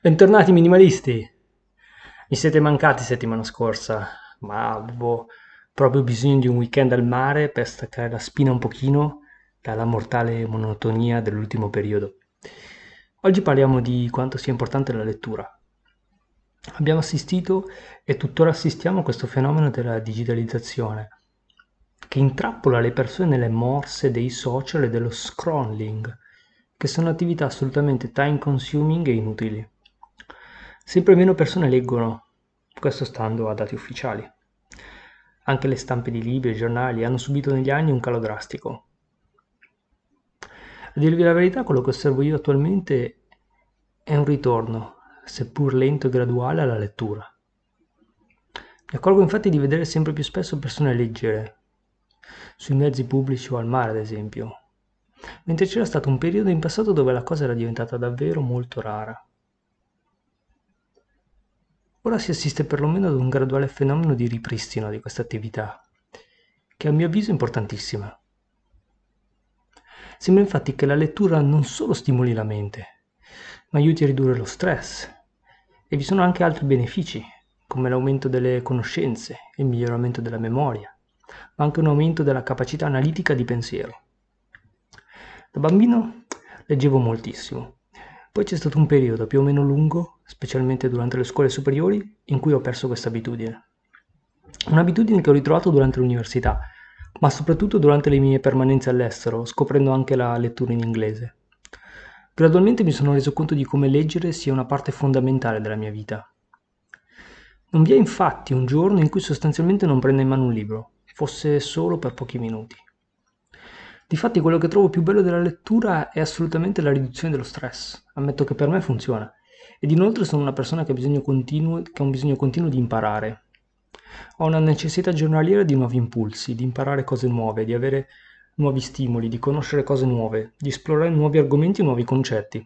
Bentornati minimalisti! Mi siete mancati settimana scorsa, ma avevo proprio bisogno di un weekend al mare per staccare la spina un pochino dalla mortale monotonia dell'ultimo periodo. Oggi parliamo di quanto sia importante la lettura. Abbiamo assistito e tuttora assistiamo a questo fenomeno della digitalizzazione, che intrappola le persone nelle morse dei social e dello scrolling, che sono attività assolutamente time consuming e inutili. Sempre meno persone leggono, questo stando a dati ufficiali. Anche le stampe di libri e giornali hanno subito negli anni un calo drastico. A dirvi la verità, quello che osservo io attualmente è un ritorno, seppur lento e graduale, alla lettura. Mi accorgo infatti di vedere sempre più spesso persone leggere, sui mezzi pubblici o al mare ad esempio, mentre c'era stato un periodo in passato dove la cosa era diventata davvero molto rara. Ora si assiste perlomeno ad un graduale fenomeno di ripristino di questa attività, che a mio avviso è importantissima. Sembra infatti che la lettura non solo stimoli la mente, ma aiuti a ridurre lo stress. E vi sono anche altri benefici, come l'aumento delle conoscenze e il miglioramento della memoria, ma anche un aumento della capacità analitica di pensiero. Da bambino leggevo moltissimo. Poi c'è stato un periodo più o meno lungo, specialmente durante le scuole superiori, in cui ho perso questa abitudine. Un'abitudine che ho ritrovato durante l'università, ma soprattutto durante le mie permanenze all'estero, scoprendo anche la lettura in inglese. Gradualmente mi sono reso conto di come leggere sia una parte fondamentale della mia vita. Non vi è infatti un giorno in cui sostanzialmente non prenda in mano un libro, fosse solo per pochi minuti. Difatti quello che trovo più bello della lettura è assolutamente la riduzione dello stress. Ammetto che per me funziona. Ed inoltre sono una persona che ha un bisogno continuo di imparare. Ho una necessità giornaliera di nuovi impulsi, di imparare cose nuove, di avere nuovi stimoli, di conoscere cose nuove, di esplorare nuovi argomenti e nuovi concetti.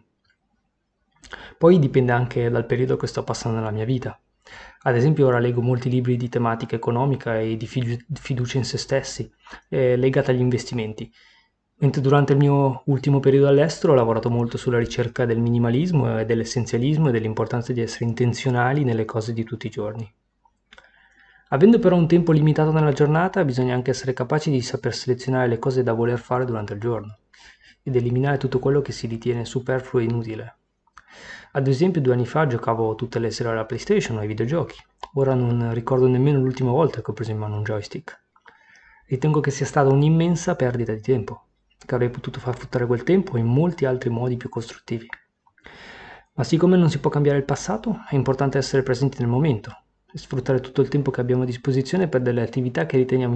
Poi dipende anche dal periodo che sto passando nella mia vita. Ad esempio ora leggo molti libri di tematica economica e di fiducia in se stessi, legata agli investimenti. Mentre durante il mio ultimo periodo all'estero ho lavorato molto sulla ricerca del minimalismo e dell'essenzialismo e dell'importanza di essere intenzionali nelle cose di tutti i giorni. Avendo però un tempo limitato nella giornata, bisogna anche essere capaci di saper selezionare le cose da voler fare durante il giorno ed eliminare tutto quello che si ritiene superfluo e inutile. Ad esempio, 2 anni fa giocavo tutte le sere alla PlayStation o ai videogiochi. Ora non ricordo nemmeno l'ultima volta che ho preso in mano un joystick. Ritengo che sia stata un'immensa perdita di tempo, che avrei potuto far fruttare quel tempo in molti altri modi più costruttivi. Ma siccome non si può cambiare il passato, è importante essere presenti nel momento e sfruttare tutto il tempo che abbiamo a disposizione per delle attività che riteniamo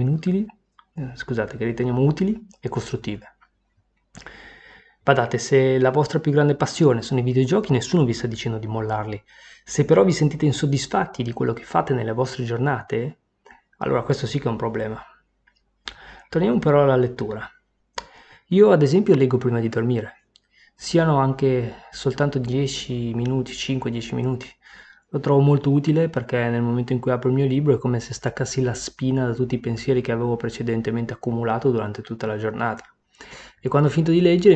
che riteniamo utili e costruttive. Badate, se la vostra più grande passione sono i videogiochi, nessuno vi sta dicendo di mollarli. Se però vi sentite insoddisfatti di quello che fate nelle vostre giornate, allora questo sì che è un problema. Torniamo però alla lettura. Io ad esempio leggo prima di dormire, siano anche soltanto 10 minuti, 5-10 minuti. Lo trovo molto utile perché nel momento in cui apro il mio libro è come se staccassi la spina da tutti i pensieri che avevo precedentemente accumulato durante tutta la giornata. E quando ho finito di leggere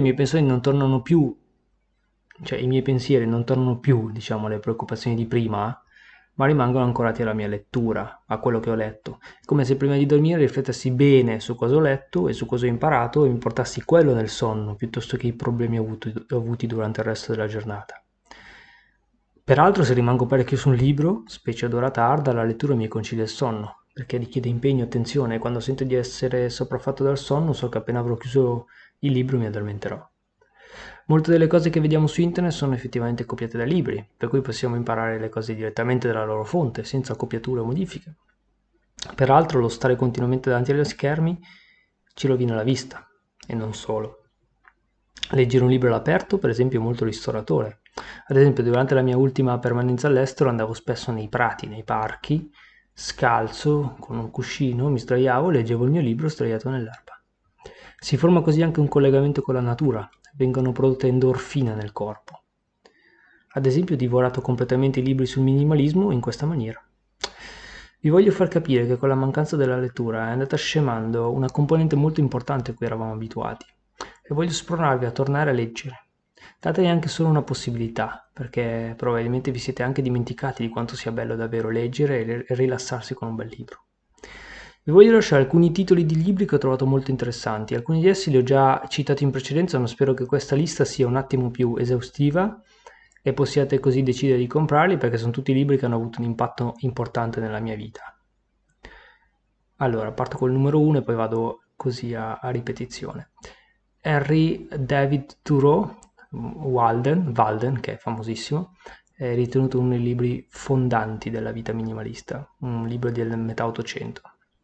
i miei pensieri non tornano più, diciamo, alle preoccupazioni di prima, ma rimangono ancorati alla mia lettura, a quello che ho letto. È come se prima di dormire riflettessi bene su cosa ho letto e su cosa ho imparato e mi portassi quello nel sonno, piuttosto che i problemi avuti durante il resto della giornata. Peraltro, se rimango parecchio su un libro, specie ad ora tarda, la lettura mi concilia il sonno, perché richiede impegno e attenzione e quando sento di essere sopraffatto dal sonno so che appena avrò chiuso il libro mi addormenterò. Molte delle cose che vediamo su internet sono effettivamente copiate da libri, per cui possiamo imparare le cose direttamente dalla loro fonte, senza copiature o modifiche. Peraltro, lo stare continuamente davanti agli schermi ci rovina la vista, e non solo. Leggere un libro all'aperto, per esempio, è molto ristoratore. Ad esempio, durante la mia ultima permanenza all'estero andavo spesso nei prati, nei parchi, scalzo, con un cuscino, mi sdraiavo e leggevo il mio libro sdraiato nell'erba. Si forma così anche un collegamento con la natura, vengono prodotte endorfine nel corpo. Ad esempio, ho divorato completamente i libri sul minimalismo in questa maniera. Vi voglio far capire che con la mancanza della lettura è andata scemando una componente molto importante a cui eravamo abituati e voglio spronarvi a tornare a leggere. dategli anche solo una possibilità, perché probabilmente vi siete anche dimenticati di quanto sia bello davvero leggere e rilassarsi con un bel libro. Vi voglio lasciare alcuni titoli di libri che ho trovato molto interessanti. Alcuni di essi li ho già citati in precedenza, ma spero che questa lista sia un attimo più esaustiva e possiate così decidere di comprarli, perché sono tutti libri che hanno avuto un impatto importante nella mia vita. Allora, parto col numero 1 e poi vado così a ripetizione. Henry David Thoreau, Walden, che è famosissimo, è ritenuto uno dei libri fondanti della vita minimalista, un libro del metà 800.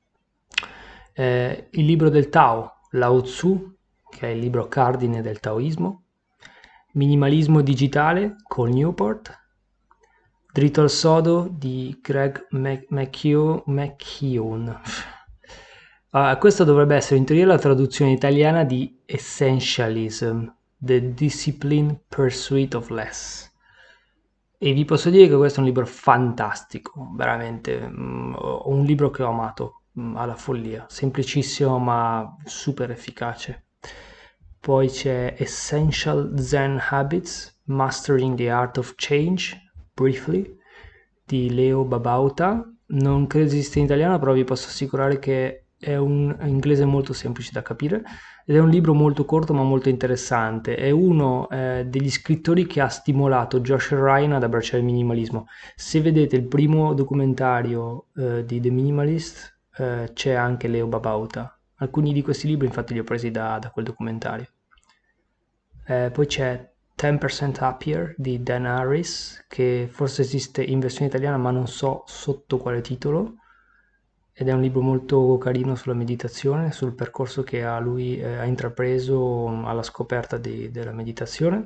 Il libro del Tao, Lao Tzu, che è il libro cardine del taoismo. Minimalismo digitale, Cole Newport. Dritto al sodo di Greg McKeown. Questa dovrebbe essere in teoria la traduzione italiana di Essentialism, The Disciplined Pursuit of Less. E vi posso dire che questo è un libro fantastico, veramente, un libro che ho amato alla follia, semplicissimo ma super efficace. Poi c'è Essential Zen Habits, Mastering the Art of Change, Briefly, di Leo Babauta. Non credo esista in italiano, però vi posso assicurare che è un inglese molto semplice da capire ed è un libro molto corto ma molto interessante. È uno degli scrittori che ha stimolato Josh Ryan ad abbracciare il minimalismo. Se vedete il primo documentario di The Minimalist, c'è anche Leo Babauta. Alcuni di questi libri infatti li ho presi da quel documentario. Poi c'è 10% Happier di Dan Harris, che forse esiste in versione italiana ma non so sotto quale titolo, ed è un libro molto carino sulla meditazione, sul percorso che lui ha intrapreso alla scoperta della meditazione.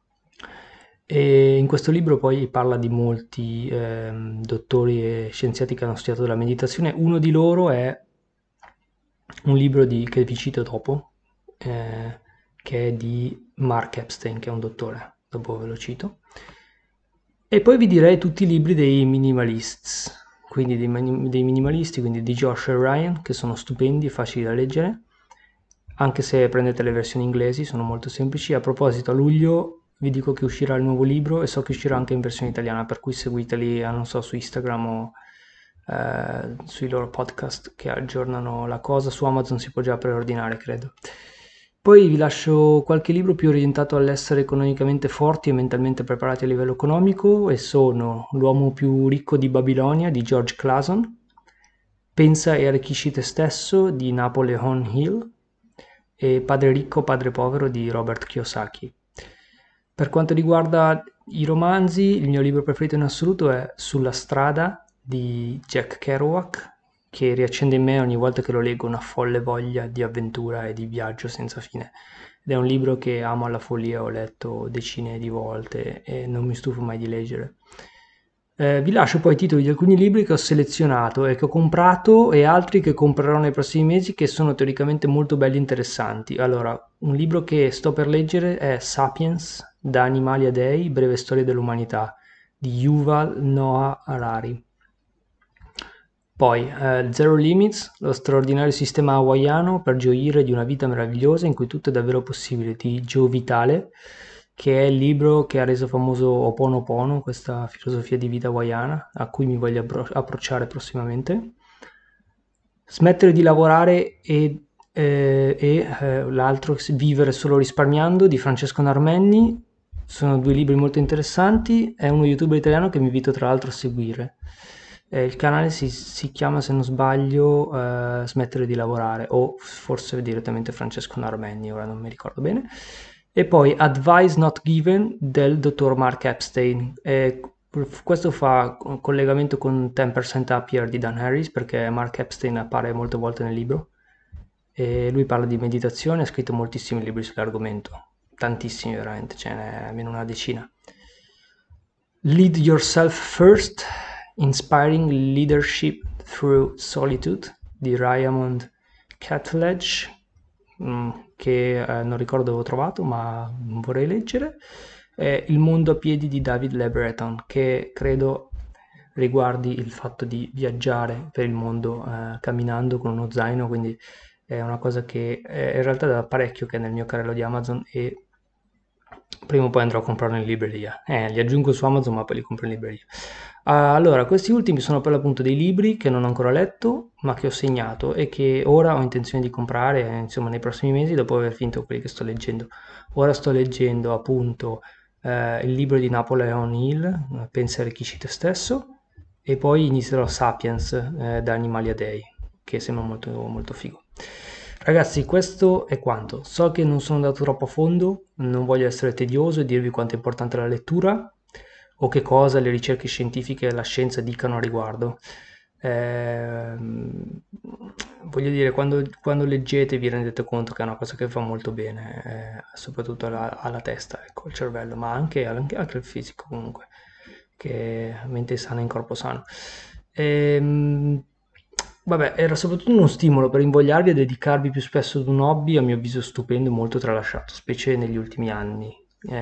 E in questo libro poi parla di molti dottori e scienziati che hanno studiato la meditazione. Uno di loro è un libro che vi cito dopo, che è di Mark Epstein, che è un dottore, dopo ve lo cito. E poi vi direi tutti i libri dei minimalists, quindi dei minimalisti, quindi di Josh e Ryan, che sono stupendi e facili da leggere, anche se prendete le versioni inglesi, sono molto semplici. A proposito, a luglio vi dico che uscirà il nuovo libro e so che uscirà anche in versione italiana, per cui seguiteli, non so, su Instagram o sui loro podcast che aggiornano la cosa. Su Amazon si può già preordinare, credo. Poi vi lascio qualche libro più orientato all'essere economicamente forti e mentalmente preparati a livello economico, e sono L'uomo più ricco di Babilonia di George Clason, Pensa e arricchisci te stesso di Napoleon Hill e Padre ricco, padre povero di Robert Kiyosaki. Per quanto riguarda i romanzi, il mio libro preferito in assoluto è Sulla strada di Jack Kerouac, che riaccende in me ogni volta che lo leggo una folle voglia di avventura e di viaggio senza fine. Ed è un libro che amo alla follia, ho letto decine di volte e non mi stufo mai di leggere. Vi lascio poi i titoli di alcuni libri che ho selezionato e che ho comprato e altri che comprerò nei prossimi mesi, che sono teoricamente molto belli e interessanti. Allora, un libro che sto per leggere è Sapiens, da animali a dei, breve storia dell'umanità, di Yuval Noah Harari. Poi Zero Limits, lo straordinario sistema hawaiano per gioire di una vita meravigliosa in cui tutto è davvero possibile, di Joe Vitale, che è il libro che ha reso famoso Ho'oponopono, questa filosofia di vita hawaiana a cui mi voglio approcciare prossimamente. Smettere di lavorare l'altro, Vivere solo risparmiando, di Francesco Narmenni. Sono due libri molto interessanti. È uno youtuber italiano che mi invito tra l'altro a seguire. Il canale si chiama, se non sbaglio, Smettere di lavorare, o forse direttamente Francesco Narmenni, ora non mi ricordo bene. E poi Advice Not Given del dottor Mark Epstein. Questo fa collegamento con 10% Happier di Dan Harris, perché Mark Epstein appare molte volte nel libro e lui parla di meditazione, ha scritto moltissimi libri sull'argomento, tantissimi veramente, ce n'è almeno una decina. Lead Yourself First, Inspiring Leadership Through Solitude di Raymond Catledge, che non ricordo dove ho trovato, ma vorrei leggere. Il mondo a piedi di David Le Breton, che credo riguardi il fatto di viaggiare per il mondo camminando con uno zaino, quindi è una cosa che in realtà da parecchio che è nel mio carrello di Amazon e Prima o poi andrò a comprarlo in libreria. Li aggiungo su Amazon, ma poi li compro in libreria. Allora, questi ultimi sono per l'appunto dei libri che non ho ancora letto, ma che ho segnato e che ora ho intenzione di comprare, insomma, nei prossimi mesi, dopo aver finito quelli che sto leggendo. Ora sto leggendo appunto il libro di Napoleon Hill, Pensa e arricchisci te stesso, e poi inizierò Sapiens, da Animali a Dei, che sembra molto, molto figo. Ragazzi, questo è quanto. So che non sono andato troppo a fondo, non voglio essere tedioso e dirvi quanto è importante la lettura o che cosa le ricerche scientifiche e la scienza dicano a riguardo. Ehm, Voglio dire, quando leggete vi rendete conto che è una cosa che fa molto bene, soprattutto alla testa, ecco, al cervello, ma anche al fisico comunque, che mente sana in corpo sano. Ehm, Vabbè, era soprattutto uno stimolo per invogliarvi a dedicarvi più spesso ad un hobby, a mio avviso stupendo e molto tralasciato, specie negli ultimi anni.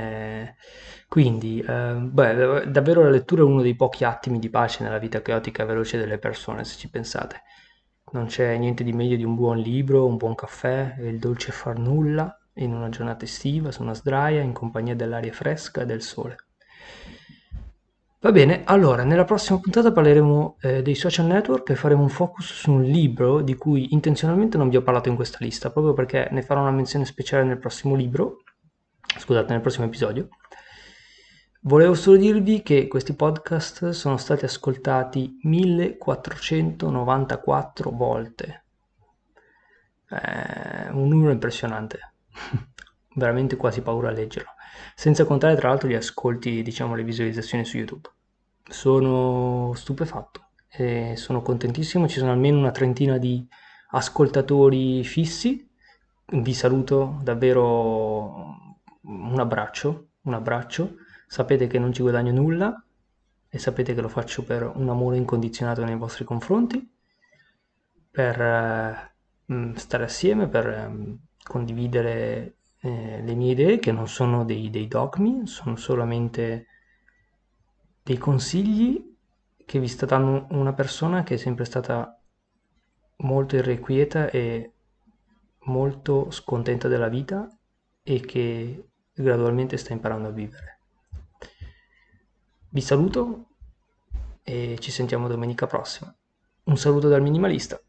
Beh, davvero la lettura è uno dei pochi attimi di pace nella vita caotica e veloce delle persone, se ci pensate. Non c'è niente di meglio di un buon libro, un buon caffè e il dolce far nulla in una giornata estiva su una sdraia in compagnia dell'aria fresca e del sole. Va bene, allora nella prossima puntata parleremo dei social network e faremo un focus su un libro di cui intenzionalmente non vi ho parlato in questa lista, proprio perché ne farò una menzione speciale nel prossimo libro, scusate, nel prossimo episodio. Volevo solo dirvi che questi podcast sono stati ascoltati 1494 volte. Un numero impressionante, veramente quasi paura a leggerlo, senza contare tra l'altro gli ascolti, diciamo le visualizzazioni su YouTube. Sono stupefatto e sono contentissimo, ci sono almeno una trentina di ascoltatori fissi. Vi saluto davvero, un abbraccio, sapete che non ci guadagno nulla e sapete che lo faccio per un amore incondizionato nei vostri confronti, per stare assieme, per condividere le mie idee, che non sono dei dogmi, sono solamente dei consigli che vi sta dando una persona che è sempre stata molto irrequieta e molto scontenta della vita e che gradualmente sta imparando a vivere. Vi saluto e ci sentiamo domenica prossima. Un saluto dal minimalista.